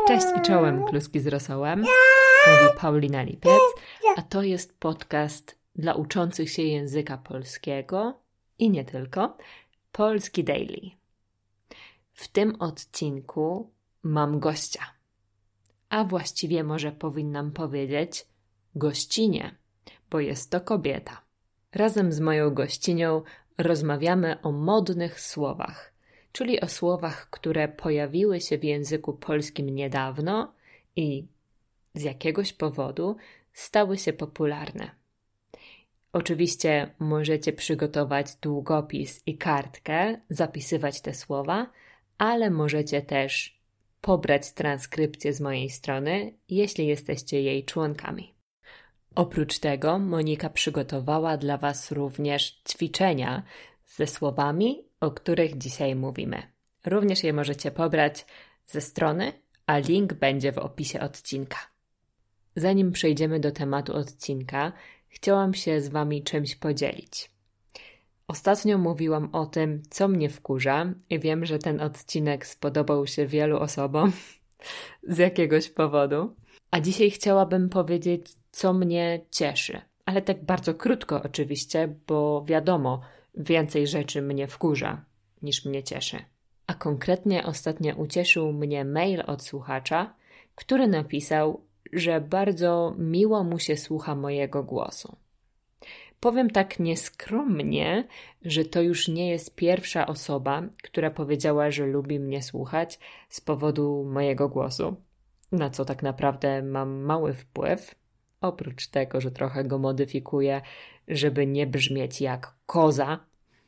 Cześć i czołem, kluski z rosołem. Mówi Paulina Lipiec, a to jest podcast dla uczących się języka polskiego i nie tylko, Polski Daily. W tym odcinku mam gościa, a właściwie może powinnam powiedzieć gościnię, bo jest to kobieta. Razem z moją gościnią rozmawiamy o modnych słowach, czyli o słowach, które pojawiły się w języku polskim niedawno i z jakiegoś powodu stały się popularne. Oczywiście możecie przygotować długopis i kartkę, zapisywać te słowa, ale możecie też pobrać transkrypcję z mojej strony, jeśli jesteście jej członkami. Oprócz tego Monika przygotowała dla Was również ćwiczenia ze słowami, o których dzisiaj mówimy. Również je możecie pobrać ze strony, a link będzie w opisie odcinka. Zanim przejdziemy do tematu odcinka, chciałam się z Wami czymś podzielić. Ostatnio mówiłam o tym, co mnie wkurza i wiem, że ten odcinek spodobał się wielu osobom z jakiegoś powodu. A dzisiaj chciałabym powiedzieć, co mnie cieszy. Ale tak bardzo krótko oczywiście, bo wiadomo, więcej rzeczy mnie wkurza niż mnie cieszy. A konkretnie ostatnio ucieszył mnie mail od słuchacza, który napisał, że bardzo miło mu się słucha mojego głosu. Powiem tak nieskromnie, że to już nie jest pierwsza osoba, która powiedziała, że lubi mnie słuchać z powodu mojego głosu, na co tak naprawdę mam mały wpływ, oprócz tego, że trochę go modyfikuję, żeby nie brzmieć jak koza.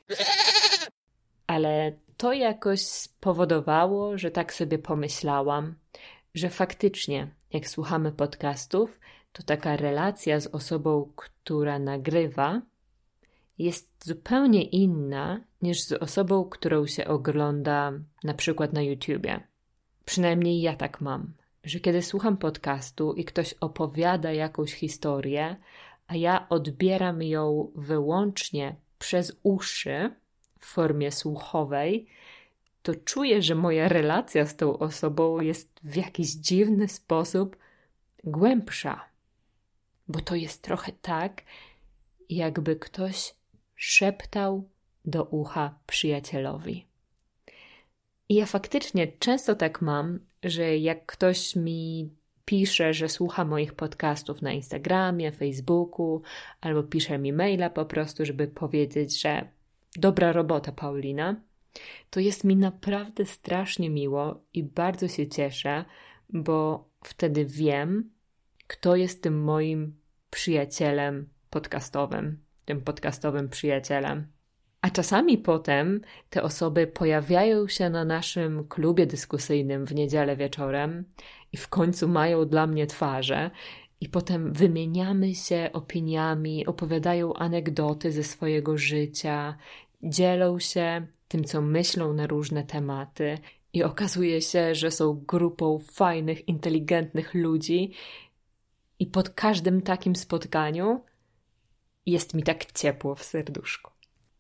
Ale to jakoś spowodowało, że tak sobie pomyślałam, że faktycznie, jak słuchamy podcastów, to taka relacja z osobą, która nagrywa, jest zupełnie inna niż z osobą, którą się ogląda na przykład na YouTubie. Przynajmniej ja tak mam, że kiedy słucham podcastu i ktoś opowiada jakąś historię, a ja odbieram ją wyłącznie przez uszy w formie słuchowej, to czuję, że moja relacja z tą osobą jest w jakiś dziwny sposób głębsza. Bo to jest trochę tak, jakby ktoś szeptał do ucha przyjacielowi. I ja faktycznie często tak mam, że jak ktoś mi pisze, że słucha moich podcastów na Instagramie, Facebooku, albo pisze mi maila po prostu, żeby powiedzieć, że dobra robota, Paulina, to jest mi naprawdę strasznie miło i bardzo się cieszę, bo wtedy wiem, kto jest tym moim przyjacielem podcastowym, tym podcastowym przyjacielem. A czasami potem te osoby pojawiają się na naszym klubie dyskusyjnym w niedzielę wieczorem i w końcu mają dla mnie twarze i potem wymieniamy się opiniami, opowiadają anegdoty ze swojego życia, dzielą się tym, co myślą na różne tematy i okazuje się, że są grupą fajnych, inteligentnych ludzi i po każdym takim spotkaniu jest mi tak ciepło w serduszku.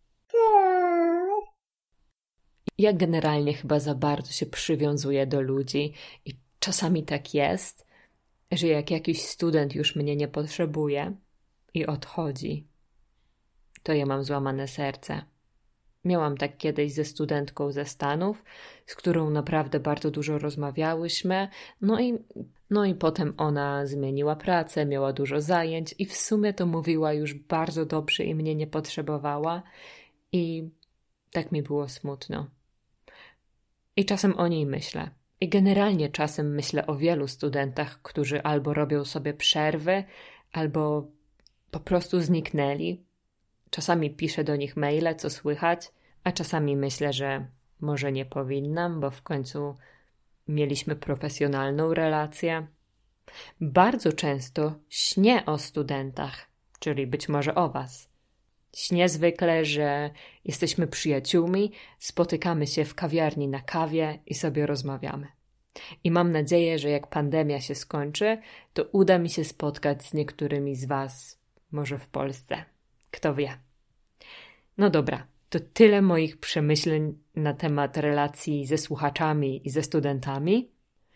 Ja generalnie chyba za bardzo się przywiązuję do ludzi i czasami tak jest, że jak jakiś student już mnie nie potrzebuje i odchodzi, to ja mam złamane serce. Miałam tak kiedyś ze studentką ze Stanów, z którą naprawdę bardzo dużo rozmawiałyśmy, no i potem ona zmieniła pracę, miała dużo zajęć i w sumie to mówiła już bardzo dobrze i mnie nie potrzebowała i tak mi było smutno. I czasem o niej myślę. I generalnie czasem myślę o wielu studentach, którzy albo robią sobie przerwy, albo po prostu zniknęli. Czasami piszę do nich maile, co słychać, a czasami myślę, że może nie powinnam, bo w końcu mieliśmy profesjonalną relację. Bardzo często śnię o studentach, czyli być może o Was. Śnię zwykle, że jesteśmy przyjaciółmi, spotykamy się w kawiarni na kawie i sobie rozmawiamy. I mam nadzieję, że jak pandemia się skończy, to uda mi się spotkać z niektórymi z Was, może w Polsce. Kto wie. No dobra, to tyle moich przemyśleń na temat relacji ze słuchaczami i ze studentami.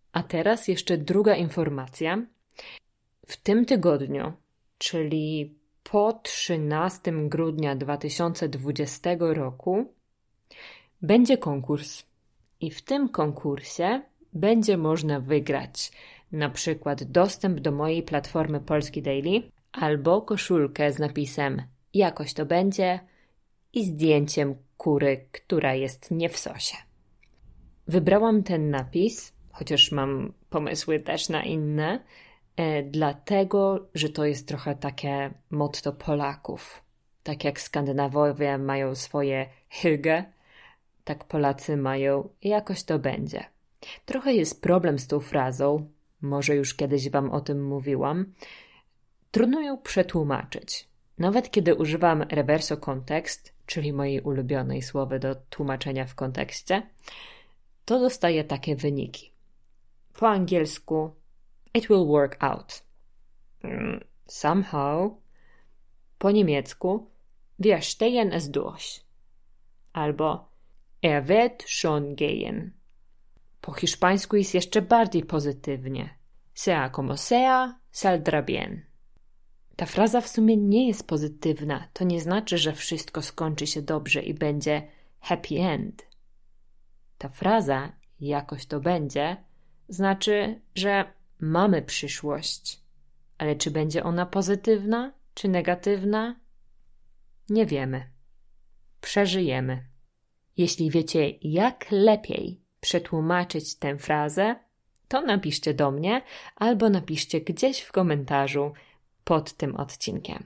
A teraz jeszcze druga informacja. W tym tygodniu, czyli po 13 grudnia 2020 roku, będzie konkurs. I w tym konkursie będzie można wygrać na przykład dostęp do mojej platformy Polski Daily albo koszulkę z napisem Jakoś to będzie i zdjęciem kury, która jest nie w sosie. Wybrałam ten napis, chociaż mam pomysły też na inne, dlatego, że to jest trochę takie motto Polaków. Tak jak Skandynawowie mają swoje hygge, tak Polacy mają jakoś to będzie. Trochę jest problem z tą frazą, może już kiedyś wam o tym mówiłam. Trudno ją przetłumaczyć. Nawet kiedy używam reverso context, czyli mojej ulubionej słowy do tłumaczenia w kontekście, to dostaję takie wyniki. Po angielsku it will work out. Somehow. Po niemiecku wir stehen es durch. Albo er wird schon gehen. Po hiszpańsku jest jeszcze bardziej pozytywnie. Sea como sea, saldrá bien. Ta fraza w sumie nie jest pozytywna. To nie znaczy, że wszystko skończy się dobrze i będzie happy end. Ta fraza, jakoś to będzie, znaczy, że mamy przyszłość. Ale czy będzie ona pozytywna, czy negatywna? Nie wiemy. Przeżyjemy. Jeśli wiecie, jak lepiej przetłumaczyć tę frazę, to napiszcie do mnie albo napiszcie gdzieś w komentarzu pod tym odcinkiem.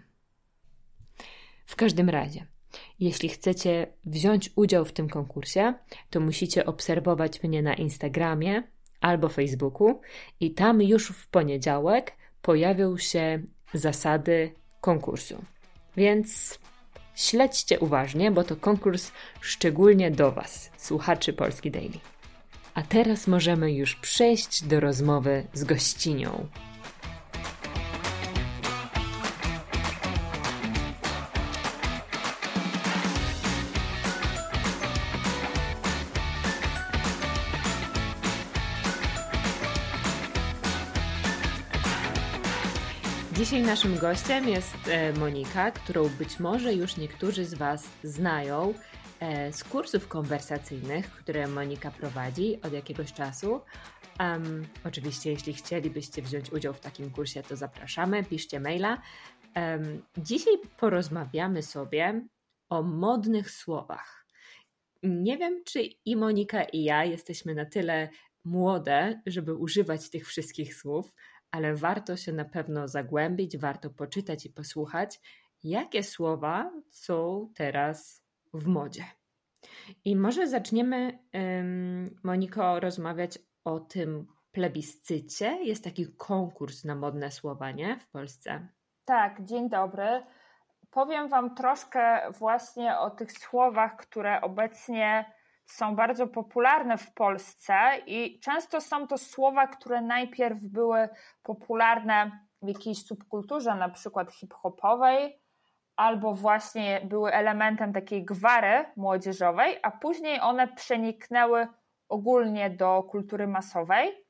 W każdym razie, jeśli chcecie wziąć udział w tym konkursie, to musicie obserwować mnie na Instagramie albo Facebooku i tam już w poniedziałek pojawią się zasady konkursu. Więc śledźcie uważnie, bo to konkurs szczególnie do Was, słuchaczy Polski Daily. A teraz możemy już przejść do rozmowy z gościnią. Dzisiaj naszym gościem jest Monika, którą być może już niektórzy z Was znają z kursów konwersacyjnych, które Monika prowadzi od jakiegoś czasu. Oczywiście, jeśli chcielibyście wziąć udział w takim kursie, to zapraszamy, piszcie maila. Dzisiaj porozmawiamy sobie o modnych słowach. Nie wiem, czy i Monika, i ja jesteśmy na tyle młode, żeby używać tych wszystkich słów, ale warto się na pewno zagłębić, warto poczytać i posłuchać, jakie słowa są teraz w modzie. I może zaczniemy, Moniko, rozmawiać o tym plebiscycie. Jest taki konkurs na modne słowa, nie? W Polsce. Tak, dzień dobry. Powiem Wam troszkę właśnie o tych słowach, które obecnie są bardzo popularne w Polsce i często są to słowa, które najpierw były popularne w jakiejś subkulturze, na przykład hip-hopowej, albo właśnie były elementem takiej gwary młodzieżowej, a później one przeniknęły ogólnie do kultury masowej.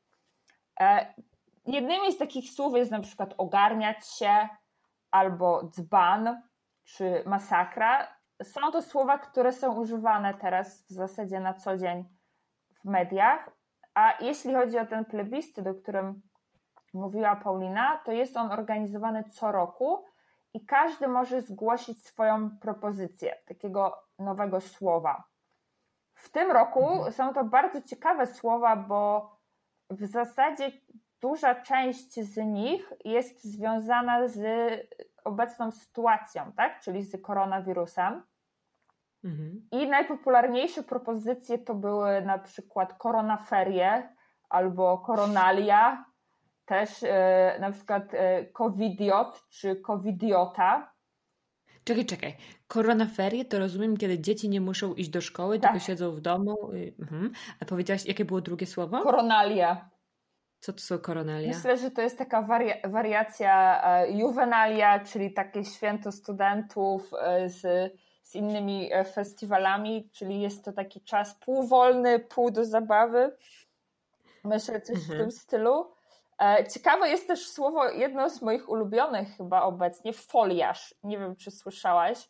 Jednymi z takich słów jest na przykład ogarniać się, albo dzban, czy masakra. Są to słowa, które są używane teraz w zasadzie na co dzień w mediach, a jeśli chodzi o ten plebiscyt, o którym mówiła Paulina, to jest on organizowany co roku i każdy może zgłosić swoją propozycję takiego nowego słowa. W tym roku są to bardzo ciekawe słowa, bo w zasadzie duża część z nich jest związana z obecną sytuacją, tak? Czyli z koronawirusem. I najpopularniejsze propozycje to były na przykład koronaferie albo koronalia, też na przykład covidiot czy covidiota. Czekaj. Koronaferie to rozumiem, kiedy dzieci nie muszą iść do szkoły, tak, tylko siedzą w domu. A powiedziałaś, jakie było drugie słowo? Koronalia. Co to są koronalia? Myślę, że to jest taka wariacja juvenalia, czyli takie święto studentów z innymi festiwalami, czyli jest to taki czas pół wolny, pół do zabawy. Myślę, coś w tym stylu. Ciekawe jest też słowo, jedno z moich ulubionych chyba obecnie, foliarz. Nie wiem, czy słyszałaś.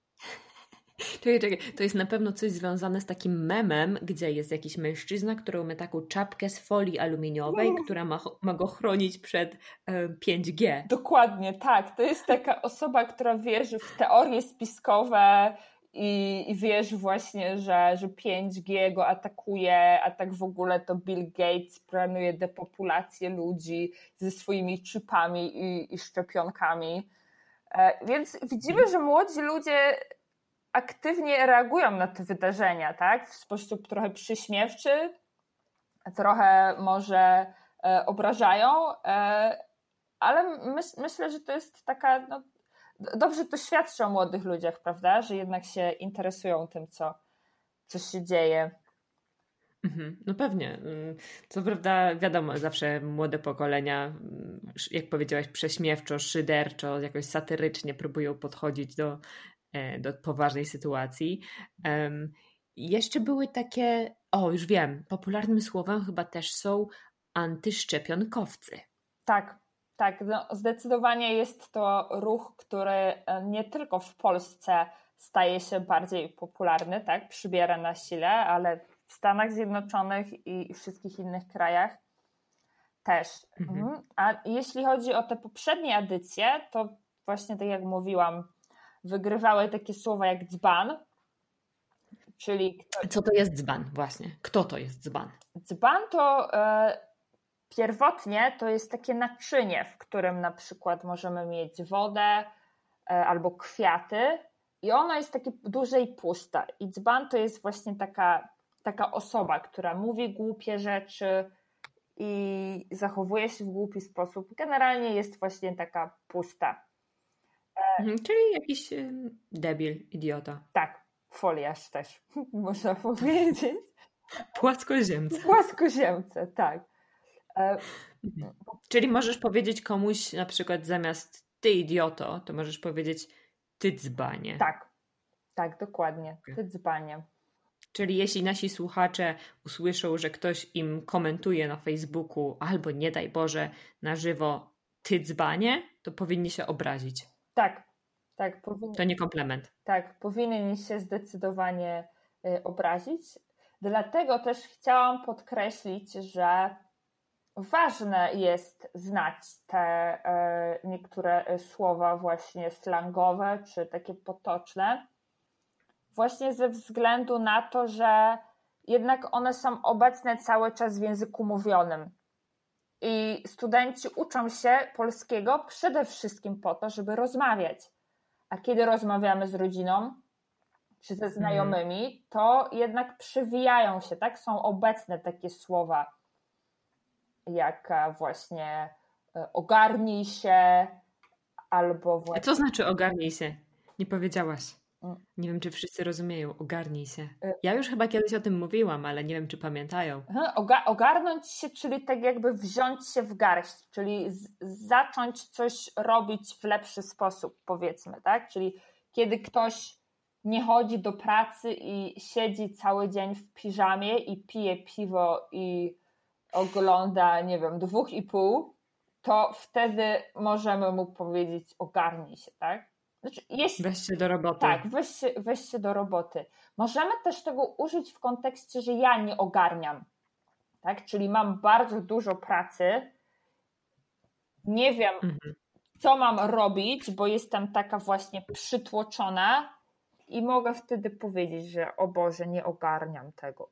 Czekaj, to jest na pewno coś związane z takim memem, gdzie jest jakiś mężczyzna, który ma taką czapkę z folii aluminiowej, która ma go chronić przed 5G. Dokładnie, tak. To jest taka osoba, która wierzy w teorie spiskowe i wierzy właśnie, że 5G go atakuje, a tak w ogóle to Bill Gates planuje depopulację ludzi ze swoimi chipami i szczepionkami. Więc widzimy, że młodzi ludzie aktywnie reagują na te wydarzenia, tak? W sposób trochę przyśmiewczy, trochę może obrażają, ale myślę, że to jest taka, dobrze to świadczy o młodych ludziach, prawda? Że jednak się interesują tym, co się dzieje. No pewnie. Co prawda wiadomo, zawsze młode pokolenia, jak powiedziałaś, prześmiewczo, szyderczo, jakoś satyrycznie próbują podchodzić do poważnej sytuacji. Jeszcze były takie, już wiem, popularnym słowem chyba też są antyszczepionkowcy. Tak, zdecydowanie jest to ruch, który nie tylko w Polsce staje się bardziej popularny, tak, przybiera na sile, ale w Stanach Zjednoczonych i wszystkich innych krajach też. A jeśli chodzi o te poprzednie edycje, to właśnie tak jak mówiłam, wygrywały takie słowa jak dzban, czyli... Co to jest dzban właśnie? Kto to jest dzban? Dzban to pierwotnie to jest takie naczynie, w którym na przykład możemy mieć wodę albo kwiaty i ono jest takie duże i puste. I dzban to jest właśnie taka osoba, która mówi głupie rzeczy i zachowuje się w głupi sposób. Generalnie jest właśnie taka pusta. Czyli jakiś debil, idiota. Tak, foliarz też, można powiedzieć. Płaskoziemce, tak. Czyli możesz powiedzieć komuś na przykład zamiast ty idioto, to możesz powiedzieć ty dzbanie. Tak, dokładnie. Ty dzbanie. Czyli jeśli nasi słuchacze usłyszą, że ktoś im komentuje na Facebooku albo nie daj Boże na żywo ty dzbanie, to powinni się obrazić. Tak. To nie komplement. Tak, powinni się zdecydowanie obrazić. Dlatego też chciałam podkreślić, że ważne jest znać te niektóre słowa właśnie slangowe czy takie potoczne, właśnie ze względu na to, że jednak one są obecne cały czas w języku mówionym. I studenci uczą się polskiego przede wszystkim po to, żeby rozmawiać. A kiedy rozmawiamy z rodziną czy ze znajomymi, to jednak przewijają się, tak? Są obecne takie słowa jak właśnie ogarnij się albo właśnie... A co znaczy ogarnij się? Nie powiedziałaś. Nie wiem, czy wszyscy rozumieją. Ogarnij się. Ja już chyba kiedyś o tym mówiłam, ale nie wiem, czy pamiętają. Ogarnąć się, czyli tak jakby wziąć się w garść, czyli zacząć coś robić w lepszy sposób, powiedzmy, tak? Czyli kiedy ktoś nie chodzi do pracy i siedzi cały dzień w piżamie i pije piwo i ogląda, nie wiem, 2,5, to wtedy możemy mu powiedzieć ogarnij się, tak? Znaczy, weź się do roboty. Tak, weź się do roboty. Możemy też tego użyć w kontekście, że ja nie ogarniam, tak? Czyli mam bardzo dużo pracy, nie wiem, co mam robić, bo jestem taka właśnie przytłoczona i mogę wtedy powiedzieć, że o Boże, nie ogarniam tego.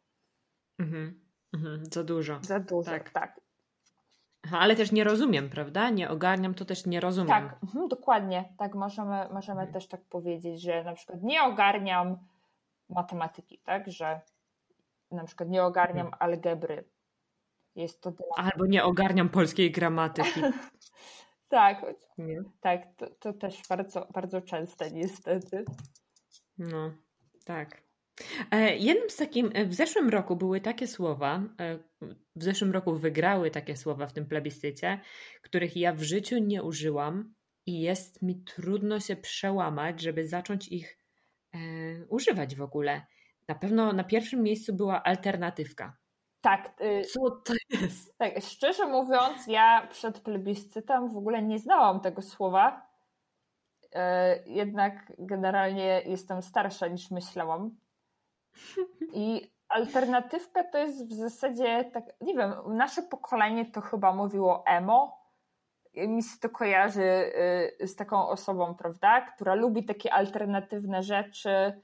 Za dużo. Za dużo, tak. Aha, ale też nie rozumiem, prawda? Nie ogarniam, to też nie rozumiem. Tak, dokładnie. Tak, możemy też tak powiedzieć, że na przykład nie ogarniam matematyki, tak? Że na przykład nie ogarniam algebry. Jest to albo nie ogarniam polskiej gramatyki. Tak, to też bardzo, bardzo częste niestety. No, tak. Jednym z takim, w zeszłym roku były takie słowa, w zeszłym roku wygrały takie słowa w tym plebiscycie, których ja w życiu nie użyłam i jest mi trudno się przełamać, żeby zacząć ich używać w ogóle. Na pewno na pierwszym miejscu była alternatywka. Tak. Co to jest? Tak, szczerze mówiąc, ja przed plebiscytem w ogóle nie znałam tego słowa. Jednak generalnie jestem starsza niż myślałam. I alternatywka to jest w zasadzie tak, nie wiem, nasze pokolenie to chyba mówiło emo. Mi się to kojarzy z taką osobą, prawda, która lubi takie alternatywne rzeczy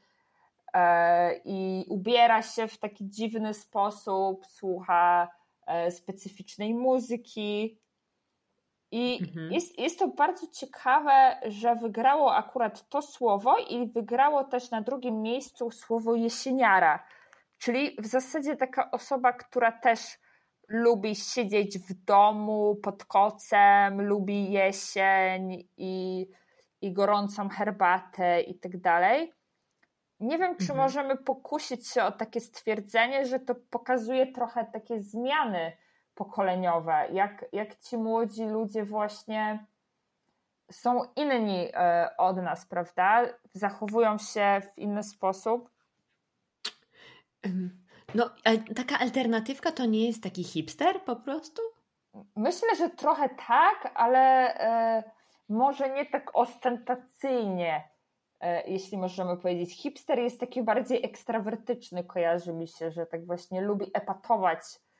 i ubiera się w taki dziwny sposób, słucha specyficznej muzyki. I jest to bardzo ciekawe, że wygrało akurat to słowo i wygrało też na drugim miejscu słowo jesieniara, czyli w zasadzie taka osoba, która też lubi siedzieć w domu pod kocem, lubi jesień i gorącą herbatę i tak dalej. Nie wiem, czy możemy pokusić się o takie stwierdzenie, że to pokazuje trochę takie zmiany pokoleniowe, jak ci młodzi ludzie właśnie są inni od nas, prawda? Zachowują się w inny sposób. No, taka alternatywka to nie jest taki hipster po prostu? Myślę, że trochę tak, ale może nie tak ostentacyjnie, jeśli możemy powiedzieć. Hipster jest taki bardziej ekstrawertyczny, kojarzy mi się, że tak właśnie lubi epatować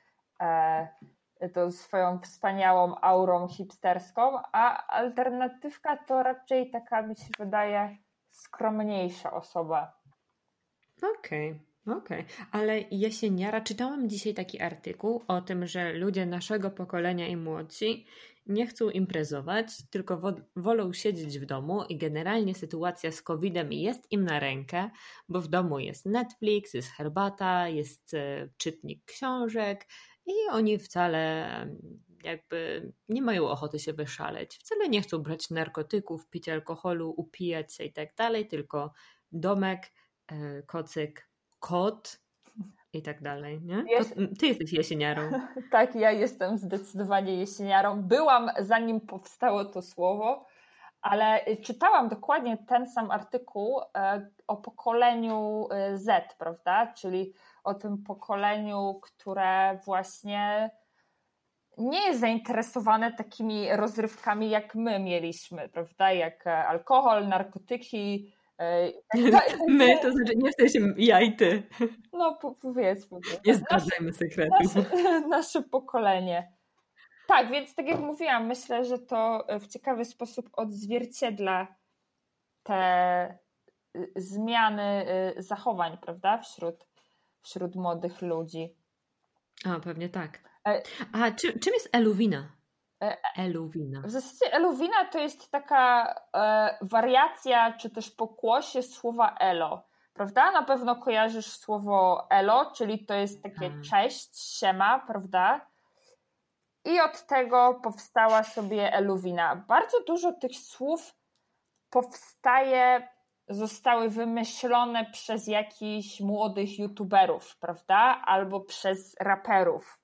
tą swoją wspaniałą aurą hipsterską, a alternatywka to raczej taka, mi się wydaje, skromniejsza osoba. Okej. Ale jesieniara, czytałam dzisiaj taki artykuł o tym, że ludzie naszego pokolenia i młodsi nie chcą imprezować, tylko wolą siedzieć w domu i generalnie sytuacja z COVID-em jest im na rękę, bo w domu jest Netflix, jest herbata, jest czytnik książek i oni wcale jakby nie mają ochoty się wyszaleć, wcale nie chcą brać narkotyków, pić alkoholu, upijać się i tak dalej, tylko domek, kocyk, kot i tak dalej, nie? Ty jesteś jesieniarą. Tak, ja jestem zdecydowanie jesieniarą. Byłam, zanim powstało to słowo, ale czytałam dokładnie ten sam artykuł o pokoleniu Z, prawda? Czyli o tym pokoleniu, które właśnie nie jest zainteresowane takimi rozrywkami, jak my mieliśmy, prawda? Jak alkohol, narkotyki. My, to znaczy nie w sensie ja i ty. No powiedzmy. Nie zdradzajmy sekretów. Nasze pokolenie. Tak, więc tak jak mówiłam, myślę, że to w ciekawy sposób odzwierciedla te zmiany zachowań, prawda, wśród młodych ludzi. A, pewnie tak. A czym jest eluwina? Eluwina. W zasadzie eluwina to jest taka wariacja, czy też pokłosie słowa elo, prawda? Na pewno kojarzysz słowo elo, czyli to jest takie cześć, siema, prawda? I od tego powstała sobie eluwina. Bardzo dużo tych słów zostały wymyślone przez jakichś młodych youtuberów, prawda? Albo przez raperów.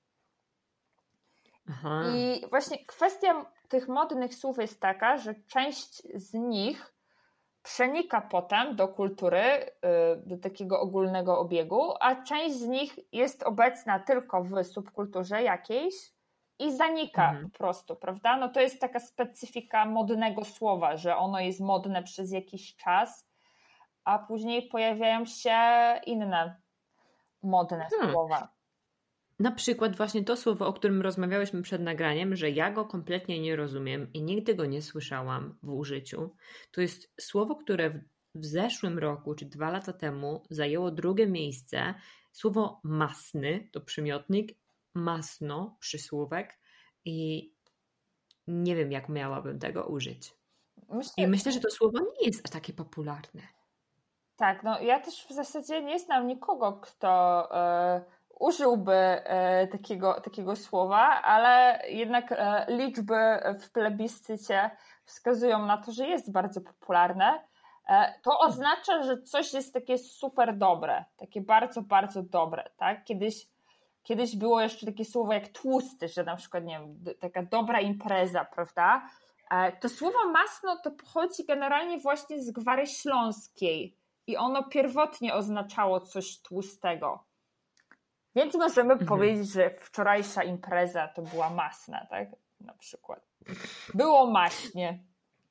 Aha. I właśnie kwestia tych modnych słów jest taka, że część z nich przenika potem do kultury, do takiego ogólnego obiegu, a część z nich jest obecna tylko w subkulturze jakiejś i zanika po prostu, prawda? No to jest taka specyfika modnego słowa, że ono jest modne przez jakiś czas, a później pojawiają się inne modne słowa. Na przykład właśnie to słowo, o którym rozmawiałyśmy przed nagraniem, że ja go kompletnie nie rozumiem i nigdy go nie słyszałam w użyciu. To jest słowo, które w zeszłym roku czy 2 lata temu zajęło drugie miejsce. Słowo masny to przymiotnik, masno przysłówek i nie wiem, jak miałabym tego użyć. Myślę, że to słowo nie jest takie popularne. Tak, no ja też w zasadzie nie znam nikogo, kto użyłby takiego słowa, ale jednak liczby w plebiscycie wskazują na to, że jest bardzo popularne. To oznacza, że coś jest takie super dobre, takie bardzo, bardzo dobre. Tak? Kiedyś było jeszcze takie słowo jak tłusty, że na przykład, nie wiem, taka dobra impreza, prawda? To słowo masno to pochodzi generalnie właśnie z Gwary Śląskiej i ono pierwotnie oznaczało coś tłustego. Więc możemy powiedzieć, że wczorajsza impreza to była masna, tak? Na przykład. Było maśnie.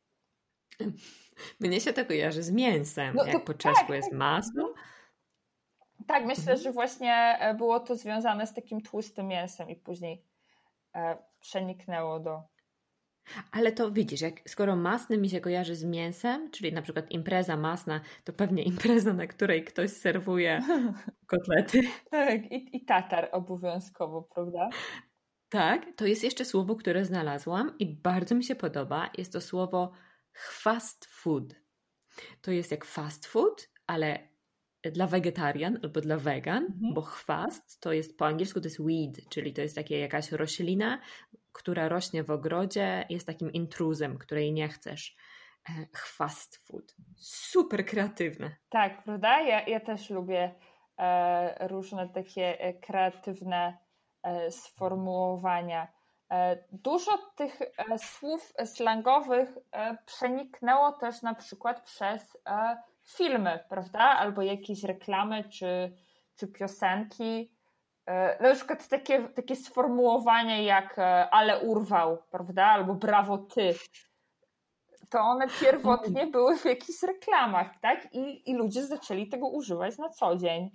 Mnie się to kojarzy z mięsem. Jak po czesku jest masło. Tak, myślę, że właśnie było to związane z takim tłustym mięsem i później przeniknęło do... Ale to widzisz, skoro masny mi się kojarzy z mięsem, czyli na przykład impreza masna, to pewnie impreza, na której ktoś serwuje kotlety. Tak, i tatar obowiązkowo, prawda? Tak, to jest jeszcze słowo, które znalazłam i bardzo mi się podoba. Jest to słowo fast food. To jest jak fast food, ale dla wegetarian albo dla wegan, bo chwast to jest po angielsku to jest weed, czyli to jest takie jakaś roślina, która rośnie w ogrodzie, jest takim intruzem, której nie chcesz. Fast food. Super kreatywne. Tak, prawda? Ja też lubię różne takie kreatywne sformułowania. Dużo tych słów slangowych przeniknęło też na przykład przez filmy, prawda? Albo jakieś reklamy czy piosenki. Na przykład takie sformułowanie jak ale urwał, prawda? Albo brawo ty. To one pierwotnie były w jakichś reklamach, tak? I ludzie zaczęli tego używać na co dzień.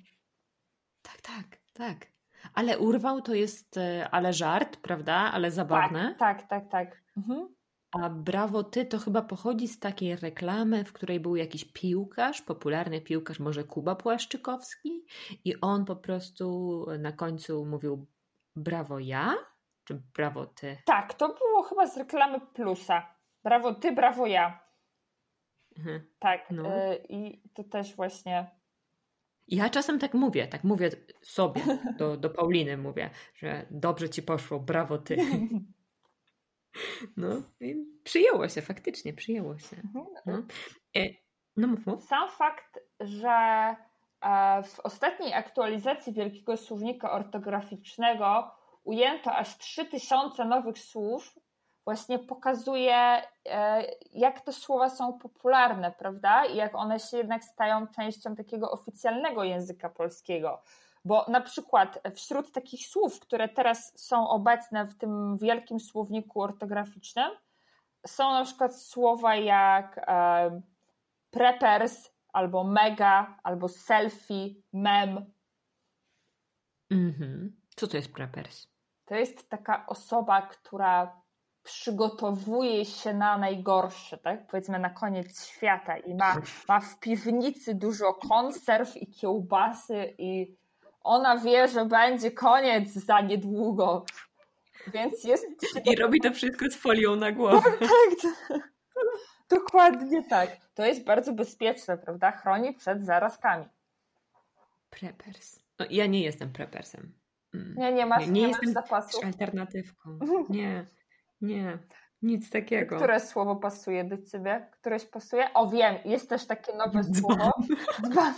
Tak. Ale urwał to jest ale żart, prawda? Ale zabawne. Tak. A brawo ty to chyba pochodzi z takiej reklamy, w której był jakiś piłkarz, popularny piłkarz, może Kuba Płaszczykowski i on po prostu na końcu mówił brawo ja? Czy brawo ty? Tak, to było chyba z reklamy Plusa. Brawo ty, brawo ja. Tak, no. I to też właśnie... Ja czasem tak mówię sobie, do Pauliny mówię, że dobrze ci poszło, brawo ty. No i faktycznie przyjęło się. No mów. Sam fakt, że w ostatniej aktualizacji Wielkiego Słownika Ortograficznego ujęto aż 3000 nowych słów, właśnie pokazuje, jak te słowa są popularne, prawda? I jak one się jednak stają częścią takiego oficjalnego języka polskiego. Bo na przykład wśród takich słów, które teraz są obecne w tym wielkim słowniku ortograficznym, są na przykład słowa jak preppers, albo mega, albo selfie, mem. Co to jest preppers? To jest taka osoba, która przygotowuje się na najgorsze, tak? Powiedzmy na koniec świata i ma w piwnicy dużo konserw i kiełbasy i ona wie, że będzie koniec za niedługo. Więc jest... I robi to wszystko z folią na głowę. Tak. Dokładnie tak. To jest bardzo bezpieczne, prawda? Chroni przed zarazkami. Preppers. No, ja nie jestem preppersem. Nie masz zapasów? Alternatywką. Nie. Nic takiego. Które słowo pasuje do ciebie? Któreś pasuje? O, wiem. Jest też takie nowe słowo. Dzban.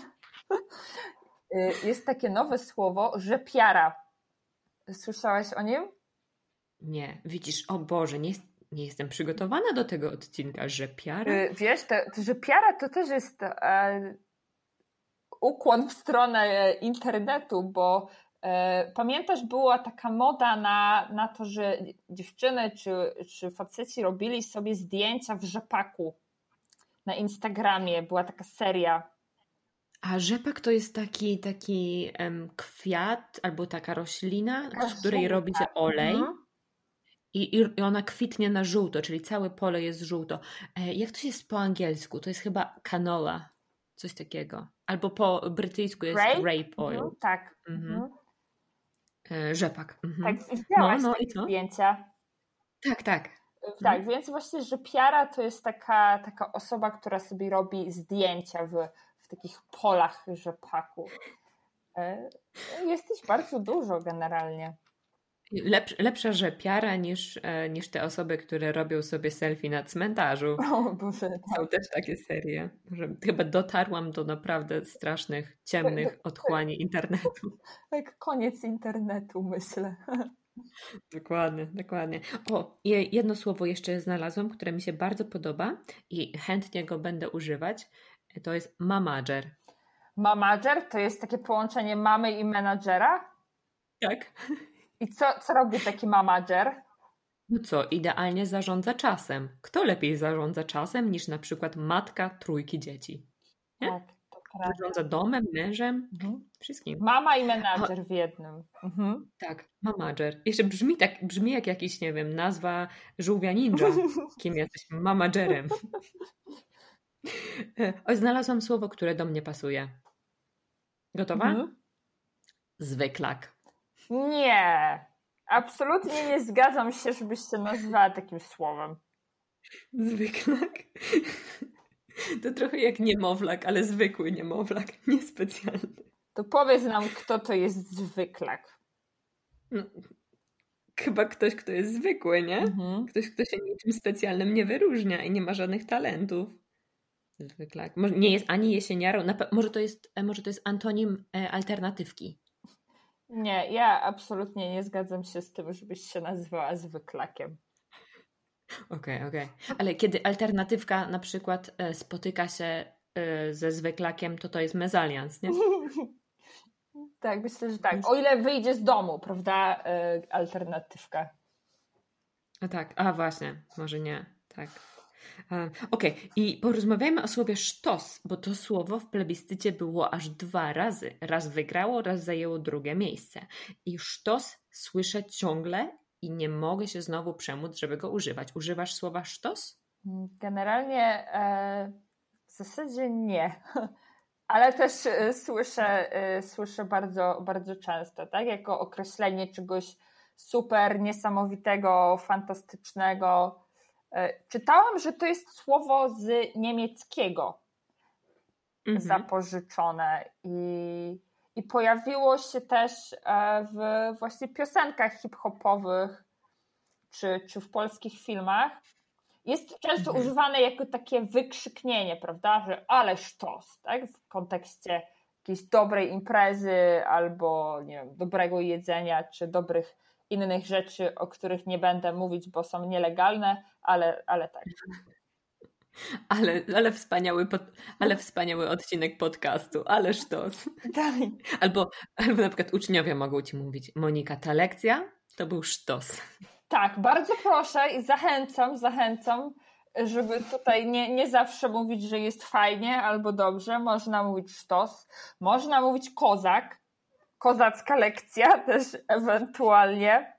Jest takie nowe słowo, rzepiara. Słyszałaś o nim? Nie. Widzisz, o Boże, nie jestem przygotowana do tego odcinka. Rzepiara? Wiesz, rzepiara to też jest ukłon w stronę internetu, bo pamiętasz, była taka moda na to, że dziewczyny czy faceci robili sobie zdjęcia w rzepaku na Instagramie. Była taka seria. A rzepak to jest taki kwiat albo taka roślina, z której robi się olej. I ona kwitnie na żółto, czyli całe pole jest żółto. Jak to jest po angielsku? To jest chyba canola, coś takiego. Albo po brytyjsku jest rape oil. Tak. Rzepak. Tak, widziałaś takie zdjęcia. Tak. Tak, więc właśnie rzepiara to jest taka osoba, która sobie robi zdjęcia w takich polach rzepaku. Jesteś bardzo dużo generalnie. Lepsza rzepiara niż te osoby, które robią sobie selfie na cmentarzu. O Boże, tak. Są też takie serie. Że chyba dotarłam do naprawdę strasznych, ciemnych otchłani internetu. Tak, koniec internetu, myślę. Dokładnie. O, jedno słowo jeszcze znalazłam, które mi się bardzo podoba i chętnie go będę używać. To jest mamager. Mamager to jest takie połączenie mamy i menadżera? Tak. I co robi taki manager? No co, idealnie zarządza czasem. Kto lepiej zarządza czasem niż na przykład matka trójki dzieci? Nie? Tak, to prawda. Zarządza domem, mężem, wszystkim. Mama i menadżer w jednym. Tak, manager. Jeszcze brzmi jak jakiś, nie wiem, nazwa żółwia ninja. Kim jesteś? Managerem. O, znalazłam słowo, które do mnie pasuje. Gotowa? Zwyklak. Nie, absolutnie nie zgadzam się, żebyś się nazwała takim słowem. Zwyklak? To trochę jak niemowlak, ale zwykły niemowlak, niespecjalny. To powiedz nam, kto to jest zwyklak. No, chyba ktoś, kto jest zwykły, nie? Ktoś, kto się niczym specjalnym nie wyróżnia i nie ma żadnych talentów. Zwyklak. Może nie jest ani jesieniarą, może to jest antonim alternatywki. Nie, ja absolutnie nie zgadzam się z tym, żebyś się nazywała zwyklakiem. Okej. Ale kiedy alternatywka na przykład spotyka się ze zwyklakiem, to jest mezalians, nie? Tak, myślę, że tak. O ile wyjdzie z domu, prawda? Alternatywka. A tak, właśnie, może nie. Tak. Okej, i porozmawiajmy o słowie sztos, bo to słowo w plebiscycie było aż 2 razy. Raz wygrało, raz zajęło drugie miejsce. I sztos słyszę ciągle i nie mogę się znowu przemóc, żeby go używać. Używasz słowa sztos? Generalnie w zasadzie nie. Ale też słyszę bardzo, bardzo często, tak? Jako określenie czegoś super, niesamowitego, fantastycznego. Czytałam, że to jest słowo z niemieckiego zapożyczone i pojawiło się też w właśnie piosenkach hip-hopowych czy w polskich filmach. Jest często używane jako takie wykrzyknienie, prawda, że ale sztos, tak? W kontekście jakiejś dobrej imprezy albo nie wiem, dobrego jedzenia czy dobrych innych rzeczy, o których nie będę mówić, bo są nielegalne, ale tak. Ale wspaniały odcinek podcastu, ale sztos. Tak. Albo na przykład uczniowie mogą ci mówić: Monika, ta lekcja to był sztos. Tak, bardzo proszę i zachęcam, żeby tutaj nie zawsze mówić, że jest fajnie albo dobrze. Można mówić sztos, można mówić kozak, kozacka lekcja też ewentualnie.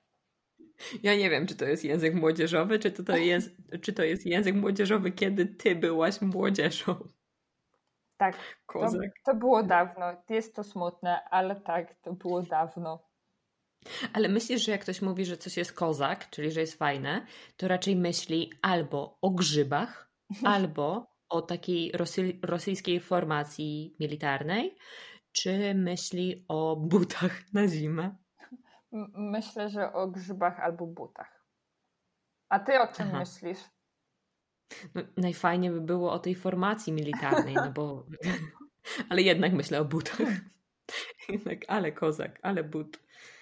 Ja nie wiem, czy to jest język młodzieżowy, czy to jest język młodzieżowy, kiedy ty byłaś młodzieżą. Tak, to było dawno. Jest to smutne, ale tak, to było dawno. Ale myślisz, że jak ktoś mówi, że coś jest kozak, czyli że jest fajne, to raczej myśli albo o grzybach, albo o takiej rosyjskiej formacji militarnej, czy myśli o butach na zimę? Myślę, że o grzybach albo butach. A ty o czym myślisz? No, najfajniej by było o tej formacji militarnej, no bo... Ale jednak myślę o butach. Jednak, ale kozak, ale but.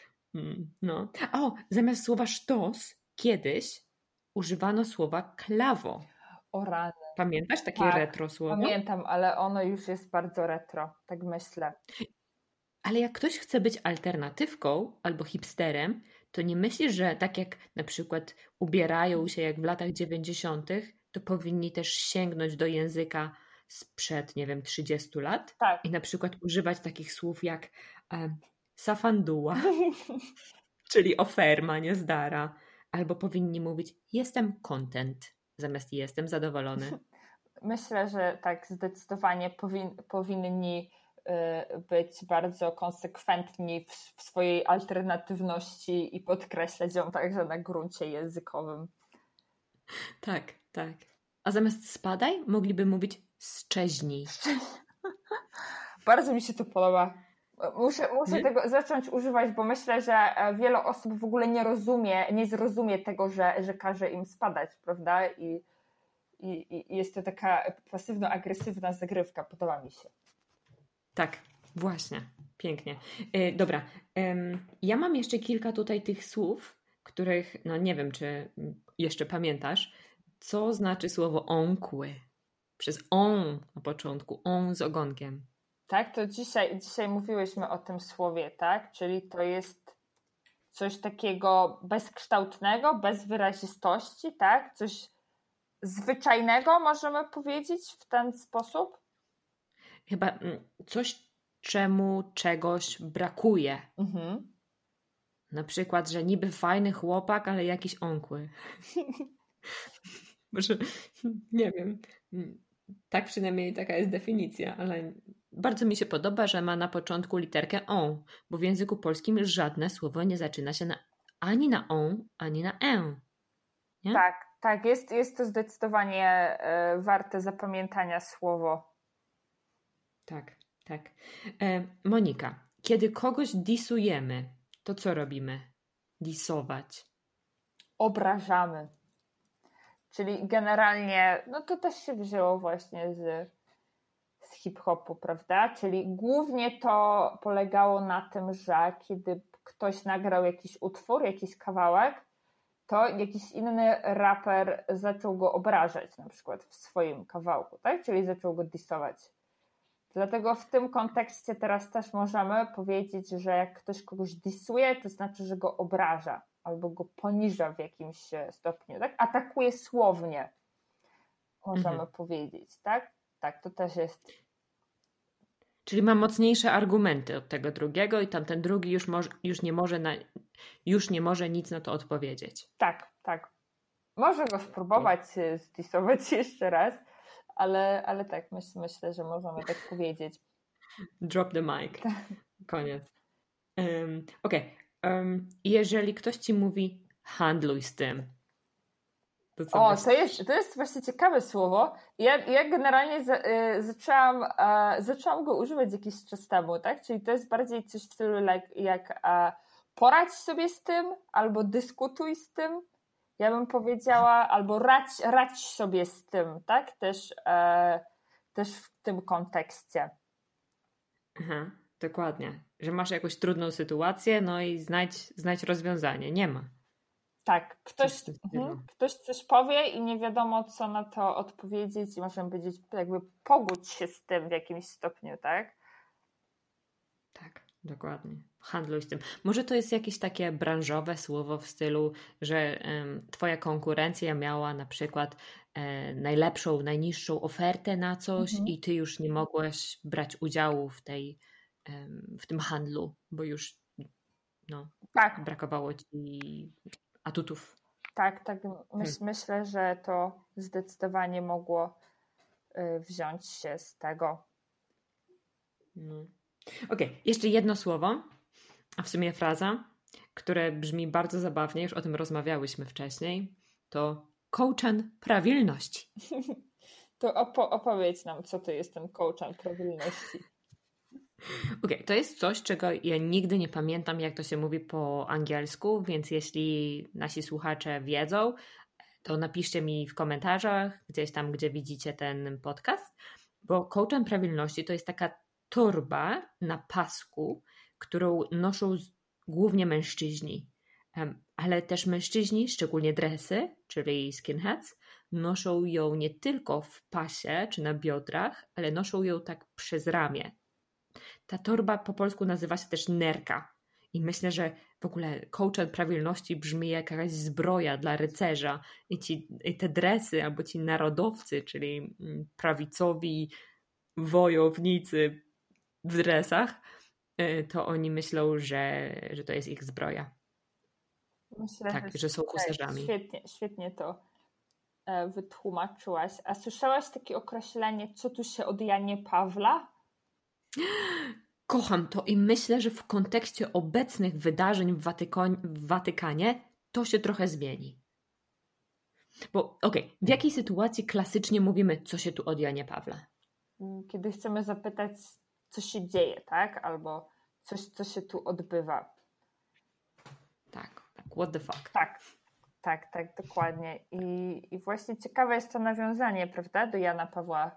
No. Zamiast słowa sztos kiedyś używano słowa klawo. O rany. Pamiętasz takie retro słowo? Pamiętam, ale ono już jest bardzo retro, tak myślę. Ale jak ktoś chce być alternatywką albo hipsterem, to nie myślisz, że tak jak na przykład ubierają się jak w latach 90., to powinni też sięgnąć do języka sprzed, nie wiem, 30 lat? Tak. I na przykład używać takich słów jak safanduła, czyli oferma, niezdara. Albo powinni mówić jestem content, zamiast jestem zadowolony. Myślę, że tak zdecydowanie powinni być bardzo konsekwentni w swojej alternatywności i podkreślać ją także na gruncie językowym. Tak. A zamiast spadaj, mogliby mówić szczeźnij. Bardzo mi się to podoba. Muszę tego zacząć używać, bo myślę, że wiele osób w ogóle nie zrozumie tego, że każe im spadać, prawda? I jest to taka pasywno-agresywna zagrywka. Podoba mi się. Tak, właśnie. Pięknie. Dobra. Ja mam jeszcze kilka tutaj tych słów, których, no nie wiem, czy jeszcze pamiętasz, co znaczy słowo onkły. Przez on na początku, on z ogonkiem. Tak, to dzisiaj mówiłyśmy o tym słowie, tak? Czyli to jest coś takiego bezkształtnego, bez wyrazistości, tak? Coś zwyczajnego, możemy powiedzieć w ten sposób? Chyba coś, czemu czegoś brakuje. Na przykład, że niby fajny chłopak, ale jakiś onkły. Może, nie wiem. Tak przynajmniej taka jest definicja, ale bardzo mi się podoba, że ma na początku literkę on, bo w języku polskim żadne słowo nie zaczyna się ani na on, ani na e. Nie? Tak, jest to zdecydowanie warte zapamiętania słowo. Tak. Monika, kiedy kogoś disujemy, to co robimy? Disować. Obrażamy. Czyli generalnie, no to też się wzięło właśnie z hip-hopu, prawda? Czyli głównie to polegało na tym, że kiedy ktoś nagrał jakiś utwór, jakiś kawałek, to jakiś inny raper zaczął go obrażać na przykład w swoim kawałku, tak? Czyli zaczął go dissować. Dlatego w tym kontekście teraz też możemy powiedzieć, że jak ktoś kogoś dissuje, to znaczy, że go obraża albo go poniża w jakimś stopniu, tak? Atakuje słownie, możemy powiedzieć, tak? Tak, to też jest. Czyli ma mocniejsze argumenty od tego drugiego i tamten drugi już nie może nic na to odpowiedzieć. Tak. Może go spróbować zdisować jeszcze raz, ale tak, myślę, że możemy tak powiedzieć. Drop the mic. Koniec. Okej. Jeżeli ktoś ci mówi handluj z tym. To jest właśnie ciekawe słowo. Ja generalnie zaczęłam go używać jakiś czas temu, tak? Czyli to jest bardziej coś w stylu jak poradź sobie z tym, albo dyskutuj z tym. Ja bym powiedziała, albo radź sobie z tym, tak? Też w tym kontekście. Aha, dokładnie. Że masz jakąś trudną sytuację, no i znajdź rozwiązanie. Nie ma. Tak, ktoś coś powie i nie wiadomo, co na to odpowiedzieć i możemy powiedzieć, jakby pogódź się z tym w jakimś stopniu, tak? Tak, dokładnie. Handluj z tym. Może to jest jakieś takie branżowe słowo w stylu, że twoja konkurencja miała na przykład najlepszą, najniższą ofertę na coś i ty już nie mogłaś brać udziału w tym handlu, bo już brakowało ci atutów. Tak. Myślę, że to zdecydowanie mogło wziąć się z tego. Okej, jeszcze jedno słowo, a w sumie fraza, które brzmi bardzo zabawnie, już o tym rozmawiałyśmy wcześniej, to kołczan prawilności. To opowiedz nam, co to jest ten kołczan prawilności. Okej, to jest coś, czego ja nigdy nie pamiętam, jak to się mówi po angielsku, więc jeśli nasi słuchacze wiedzą, to napiszcie mi w komentarzach, gdzieś tam, gdzie widzicie ten podcast, bo kołczan prawilności to jest taka torba na pasku, którą noszą głównie mężczyźni, ale też mężczyźni, szczególnie dresy, czyli skinheads, noszą ją nie tylko w pasie czy na biodrach, ale noszą ją tak przez ramię. Ta torba po polsku nazywa się też nerka i myślę, że w ogóle kołczan prawilności brzmi jak jakaś zbroja dla rycerza i te dresy albo ci narodowcy, czyli prawicowi wojownicy w dresach, to oni myślą, że to jest ich zbroja. Myślę, że są husarzami. Świetnie to wytłumaczyłaś. A słyszałaś takie określenie, co tu się od Janie Pawla? Kocham to i myślę, że w kontekście obecnych wydarzeń w Watykanie to się trochę zmieni. Bo w jakiej sytuacji klasycznie mówimy, co się tu od Janie Pawla? Kiedy chcemy zapytać, co się dzieje, tak? Albo coś, co się tu odbywa. Tak, what the fuck. Tak, dokładnie. I właśnie ciekawe jest to nawiązanie, prawda, do Jana Pawła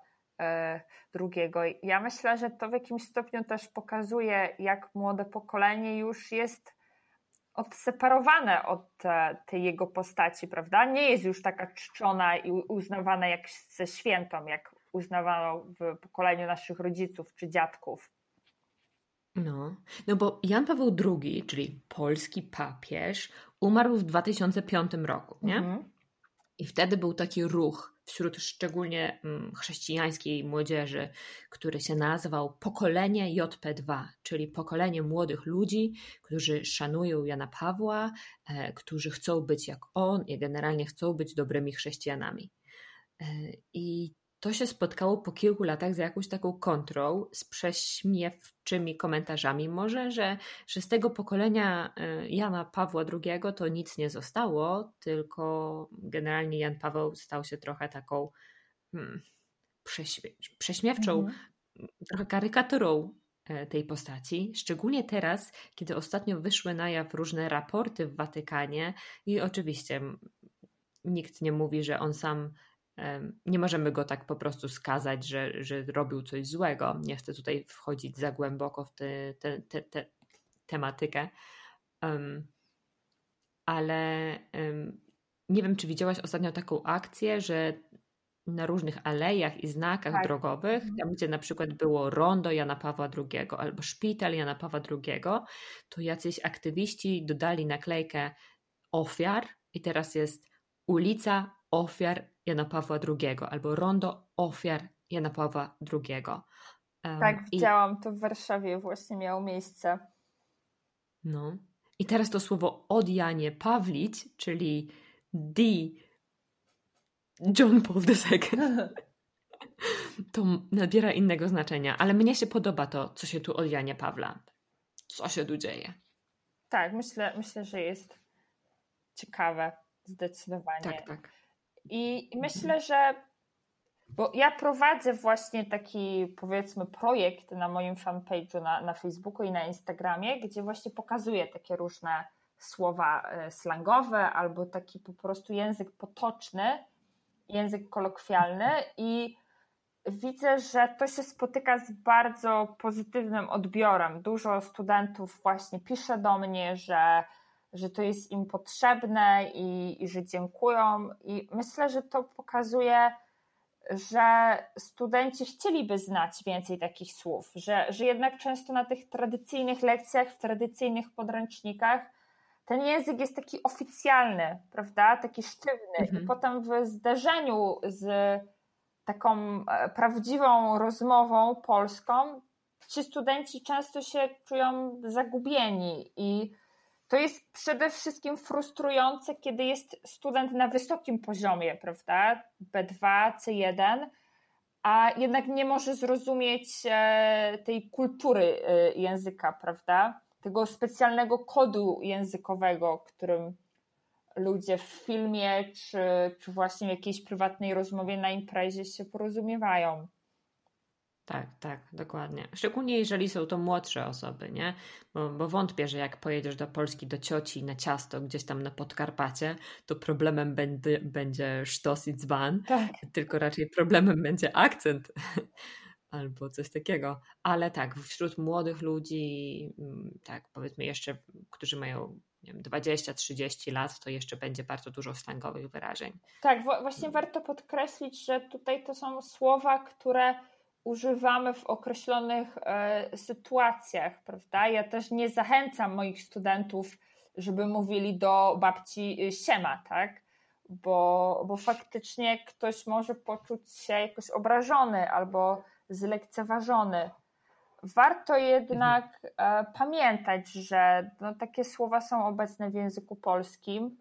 II. Ja myślę, że to w jakimś stopniu też pokazuje, jak młode pokolenie już jest odseparowane od tej jego postaci, prawda? Nie jest już taka czczona i uznawana jak ze świętą, jak uznawano w pokoleniu naszych rodziców czy dziadków. No bo Jan Paweł II, czyli polski papież, umarł w 2005 roku, nie? I wtedy był taki ruch wśród szczególnie chrześcijańskiej młodzieży, który się nazywał Pokolenie JP2, czyli pokolenie młodych ludzi, którzy szanują Jana Pawła, którzy chcą być jak on i generalnie chcą być dobrymi chrześcijanami. I to się spotkało po kilku latach z jakąś taką kontrą, z prześmiewczymi komentarzami może, że z tego pokolenia Jana Pawła II to nic nie zostało, tylko generalnie Jan Paweł stał się trochę taką prześmiewczą, trochę karykaturą tej postaci, szczególnie teraz, kiedy ostatnio wyszły na jaw różne raporty w Watykanie i oczywiście nikt nie mówi, że on sam, nie możemy go tak po prostu skazać, że robił coś złego. Nie chcę tutaj wchodzić za głęboko w tę tematykę, ale nie wiem, czy widziałaś ostatnio taką akcję, że na różnych alejach i znakach drogowych, tam gdzie na przykład było rondo Jana Pawła II albo szpital Jana Pawła II, to jacyś aktywiści dodali naklejkę ofiar i teraz jest ulica ofiar Jana Pawła II albo rondo ofiar Jana Pawła II. Tak, widziałam, to w Warszawie właśnie miało miejsce. No. I teraz to słowo od Janie Pawlić, czyli John Paul II, to nabiera innego znaczenia, ale mnie się podoba to, co się tu od Janie Pawla. Co się tu dzieje? Tak, myślę, że jest ciekawe, zdecydowanie. Tak. I myślę, że bo ja prowadzę właśnie taki, powiedzmy, projekt na moim fanpage'u na Facebooku i na Instagramie, gdzie właśnie pokazuję takie różne słowa slangowe albo taki po prostu język potoczny, język kolokwialny i widzę, że to się spotyka z bardzo pozytywnym odbiorem. Dużo studentów właśnie pisze do mnie, że to jest im potrzebne i że dziękują i myślę, że to pokazuje, że studenci chcieliby znać więcej takich słów, że jednak często na tych tradycyjnych lekcjach, w tradycyjnych podręcznikach ten język jest taki oficjalny, prawda, taki sztywny i potem w zderzeniu z taką prawdziwą rozmową polską ci studenci często się czują zagubieni i to jest przede wszystkim frustrujące, kiedy jest student na wysokim poziomie, prawda, B2, C1, a jednak nie może zrozumieć tej kultury języka, prawda, tego specjalnego kodu językowego, którym ludzie w filmie czy właśnie w jakiejś prywatnej rozmowie na imprezie się porozumiewają. Tak, dokładnie. Szczególnie jeżeli są to młodsze osoby, nie? Bo wątpię, że jak pojedziesz do Polski, do cioci na ciasto gdzieś tam na Podkarpacie, to problemem będzie sztos i dzban, tylko raczej problemem będzie akcent albo coś takiego. Ale tak, wśród młodych ludzi, tak powiedzmy jeszcze, którzy mają 20-30 lat, to jeszcze będzie bardzo dużo slangowych wyrażeń. Tak, właśnie warto podkreślić, że tutaj to są słowa, które używamy w określonych sytuacjach, prawda? Ja też nie zachęcam moich studentów, żeby mówili do babci siema, tak? Bo faktycznie ktoś może poczuć się jakoś obrażony albo zlekceważony. Warto jednak pamiętać, że takie słowa są obecne w języku polskim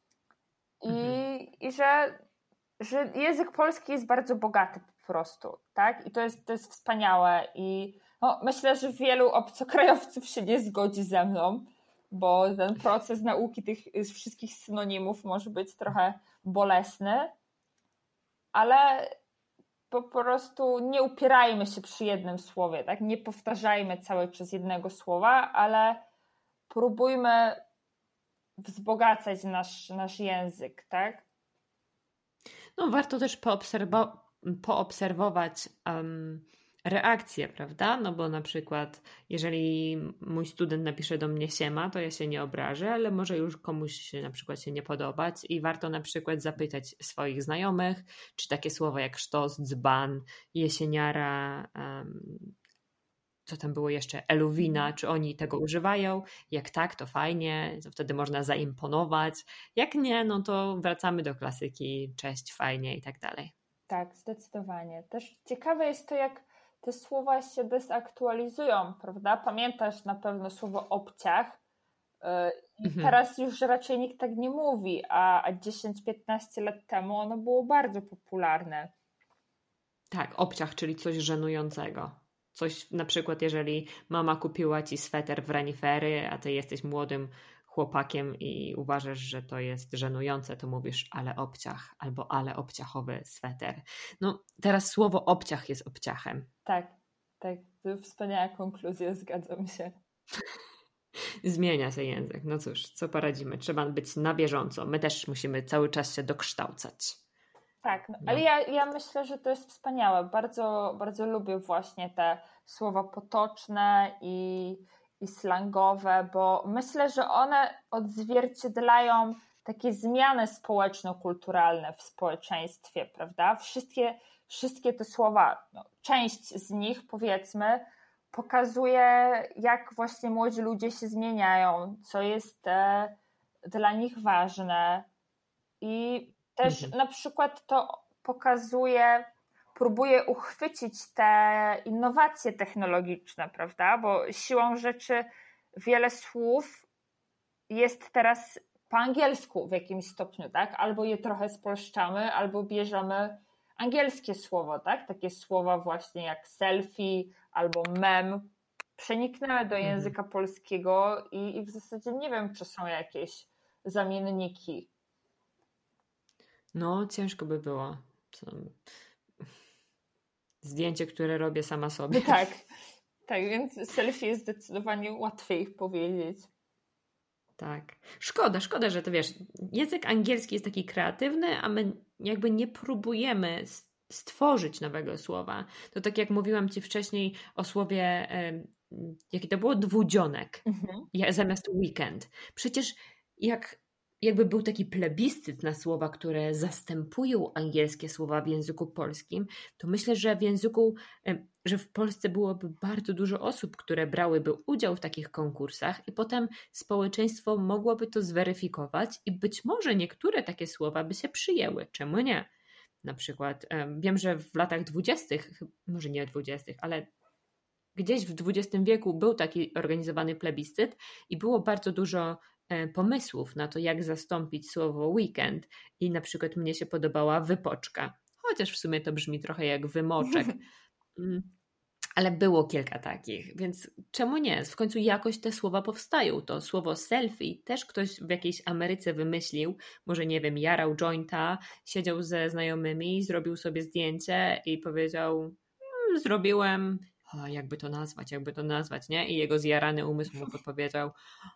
i że język polski jest bardzo bogaty po prostu, tak? I to jest wspaniałe i myślę, że wielu obcokrajowców się nie zgodzi ze mną, bo ten proces nauki tych wszystkich synonimów może być trochę bolesny, ale po prostu nie upierajmy się przy jednym słowie, tak? Nie powtarzajmy cały czas jednego słowa, ale próbujmy wzbogacać nasz język, tak? No warto też poobserwować reakcje, prawda? No bo na przykład jeżeli mój student napisze do mnie siema, to ja się nie obrażę, ale może już komuś na przykład się nie podobać i warto na przykład zapytać swoich znajomych, czy takie słowa jak sztos, dzban, jesieniara co tam było jeszcze, eluwina, czy oni tego używają. Jak tak, to fajnie, to wtedy można zaimponować. Jak nie, no to wracamy do klasyki, cześć, fajnie i tak dalej. Tak, zdecydowanie. Też ciekawe jest to, jak te słowa się dezaktualizują, prawda? Pamiętasz na pewno słowo obciach. I teraz już raczej nikt tak nie mówi, a 10-15 lat temu ono było bardzo popularne. Tak, obciach, czyli coś żenującego. Coś na przykład, jeżeli mama kupiła ci sweter w renifery, a ty jesteś młodym chłopakiem i uważasz, że to jest żenujące, to mówisz ale obciach albo ale obciachowy sweter. No teraz słowo obciach jest obciachem. Tak, to wspaniała konkluzja, zgadzam się. Zmienia się język. No cóż, co poradzimy? Trzeba być na bieżąco. My też musimy cały czas się dokształcać. Tak, ale ja myślę, że to jest wspaniałe. Bardzo, bardzo lubię właśnie te słowa potoczne i slangowe, bo myślę, że one odzwierciedlają takie zmiany społeczno-kulturalne w społeczeństwie, prawda? Wszystkie te słowa, część z nich powiedzmy, pokazuje, jak właśnie młodzi ludzie się zmieniają, co jest dla nich ważne i też na przykład to próbuje uchwycić te innowacje technologiczne, prawda? Bo siłą rzeczy wiele słów jest teraz po angielsku w jakimś stopniu, tak? Albo je trochę spolszczamy, albo bierzemy angielskie słowo, tak? Takie słowa właśnie jak selfie albo mem przeniknęły do języka polskiego i w zasadzie nie wiem, czy są jakieś zamienniki. No, ciężko by było. Zdjęcie, które robię sama sobie. Tak, więc selfie jest zdecydowanie łatwiej powiedzieć. Tak. Szkoda, że to wiesz, język angielski jest taki kreatywny, a my jakby nie próbujemy stworzyć nowego słowa. To tak jak mówiłam ci wcześniej o słowie, jakie to było? Dwudzionek. Zamiast weekend. Przecież jakby był taki plebiscyt na słowa, które zastępują angielskie słowa w języku polskim, to myślę, że w Polsce byłoby bardzo dużo osób, które brałyby udział w takich konkursach i potem społeczeństwo mogłoby to zweryfikować i być może niektóre takie słowa by się przyjęły. Czemu nie? Na przykład wiem, że w latach 20., może nie 20., ale gdzieś w XX wieku był taki organizowany plebiscyt i było bardzo dużo pomysłów na to, jak zastąpić słowo weekend i na przykład mnie się podobała wypoczka, chociaż w sumie to brzmi trochę jak wymoczek, ale było kilka takich, więc czemu nie? W końcu jakoś te słowa powstają. To słowo selfie też ktoś w jakiejś Ameryce wymyślił, może nie wiem, jarał jointa, siedział ze znajomymi, zrobił sobie zdjęcie i powiedział zrobiłem, jakby to nazwać, nie? I jego zjarany umysł mu podpowiedział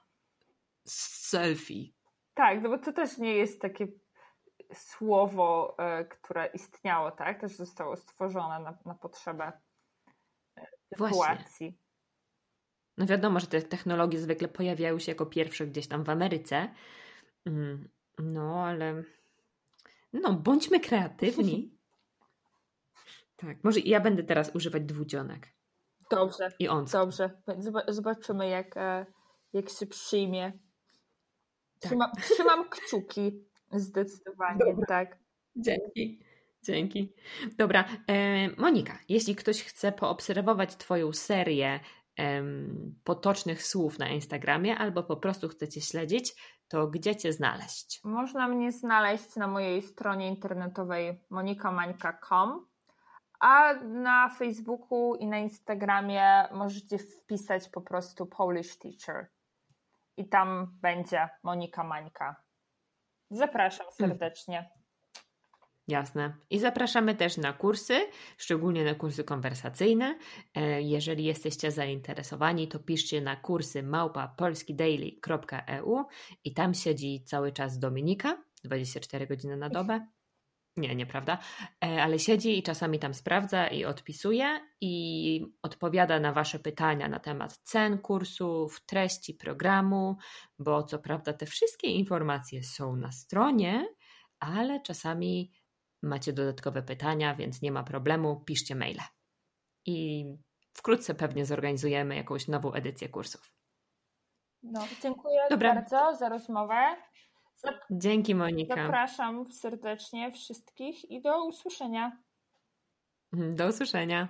selfie. Tak, no bo to też nie jest takie słowo, które istniało, tak? Też zostało stworzone na potrzebę sytuacji. Właśnie. No wiadomo, że te technologie zwykle pojawiają się jako pierwsze gdzieś tam w Ameryce. No, ale bądźmy kreatywni. Tak, może ja będę teraz używać dwudzionek. Dobrze, i on. Dobrze. Zobaczymy, jak się przyjmie. Tak. Trzymam kciuki. Zdecydowanie, dobra. Tak. Dzięki. Dobra, Monika, jeśli ktoś chce poobserwować Twoją serię potocznych słów na Instagramie albo po prostu chce Cię śledzić, to gdzie Cię znaleźć? Można mnie znaleźć na mojej stronie internetowej monikamańka.com, a na Facebooku i na Instagramie możecie wpisać po prostu Polish Teacher i tam będzie Monika Mańka. Zapraszam serdecznie. Jasne. I zapraszamy też na kursy, szczególnie na kursy konwersacyjne. Jeżeli jesteście zainteresowani, to piszcie na kursy @polskidaily.eu i tam siedzi cały czas Dominika, 24 godziny na dobę. Nie, nieprawda, ale siedzi i czasami tam sprawdza i odpisuje i odpowiada na Wasze pytania na temat cen kursów, treści programu, bo co prawda te wszystkie informacje są na stronie, ale czasami macie dodatkowe pytania, więc nie ma problemu, piszcie maile. I wkrótce pewnie zorganizujemy jakąś nową edycję kursów. No, dziękuję bardzo za rozmowę. Dzięki, Monika. Zapraszam serdecznie wszystkich i do usłyszenia. Do usłyszenia.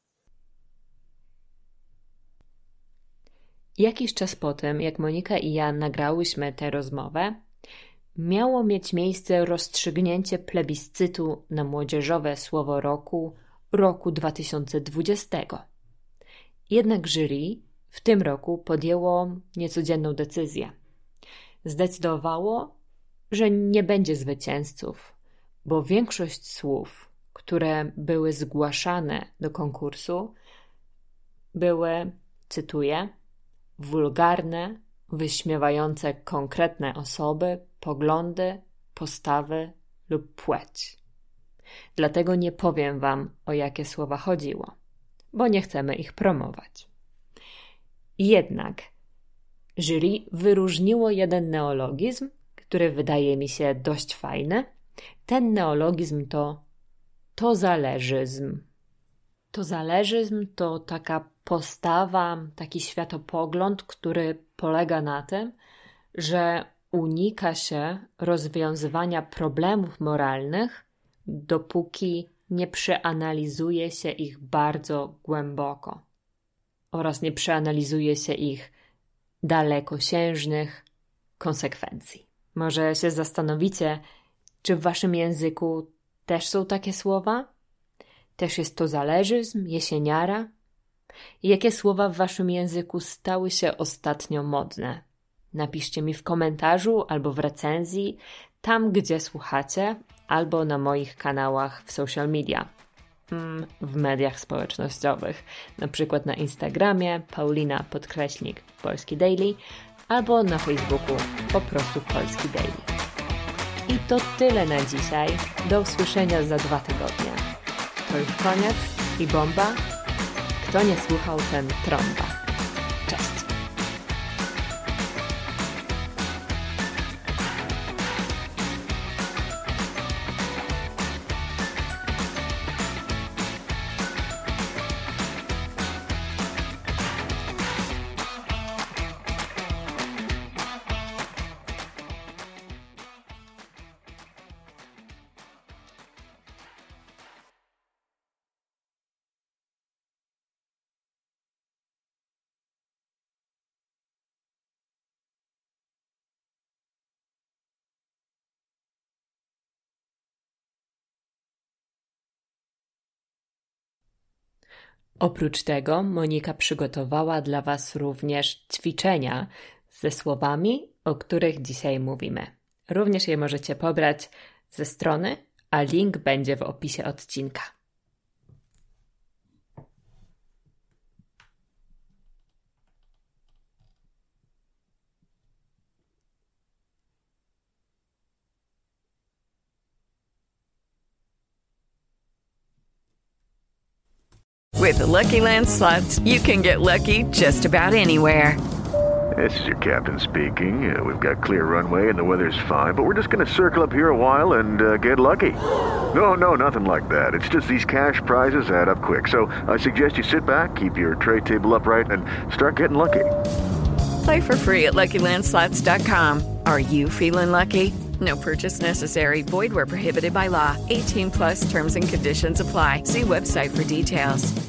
Jakiś czas po tym, jak Monika i ja nagrałyśmy tę rozmowę, miało mieć miejsce rozstrzygnięcie plebiscytu na młodzieżowe słowo roku 2020. Jednak jury w tym roku podjęło niecodzienną decyzję. Zdecydowało, że nie będzie zwycięzców, bo większość słów, które były zgłaszane do konkursu, były, cytuję, wulgarne, wyśmiewające konkretne osoby, poglądy, postawy lub płeć. Dlatego nie powiem wam, o jakie słowa chodziło, bo nie chcemy ich promować. Jednak jury wyróżniło jeden neologizm, który wydaje mi się dość fajny. Ten neologizm to tozależyzm. Tozależyzm to taka postawa, taki światopogląd, który polega na tym, że unika się rozwiązywania problemów moralnych, dopóki nie przeanalizuje się ich bardzo głęboko oraz nie przeanalizuje się ich dalekosiężnych konsekwencji. Może się zastanowicie, czy w waszym języku też są takie słowa? Też jest tozależyzm, jesieniara? I jakie słowa w waszym języku stały się ostatnio modne? Napiszcie mi w komentarzu albo w recenzji, tam gdzie słuchacie, albo na moich kanałach w social media, w mediach społecznościowych, na przykład na Instagramie Paulina_Polski Daily albo na Facebooku po prostu Polski Daily. I to tyle na dzisiaj. Do usłyszenia za 2 tygodnie. To już koniec i bomba. Kto nie słuchał, ten trąba. Cześć! Oprócz tego Monika przygotowała dla was również ćwiczenia ze słowami, o których dzisiaj mówimy. Również je możecie pobrać ze strony, a link będzie w opisie odcinka. With the Lucky Land Slots, you can get lucky just about anywhere. This is your captain speaking. We've got clear runway and the weather's fine, but we're just going to circle up here a while and get lucky. No, nothing like that. It's just these cash prizes add up quick. So I suggest you sit back, keep your tray table upright, and start getting lucky. Play for free at LuckyLandSlots.com. Are you feeling lucky? No purchase necessary. Void where prohibited by law. 18+ terms and conditions apply. See website for details.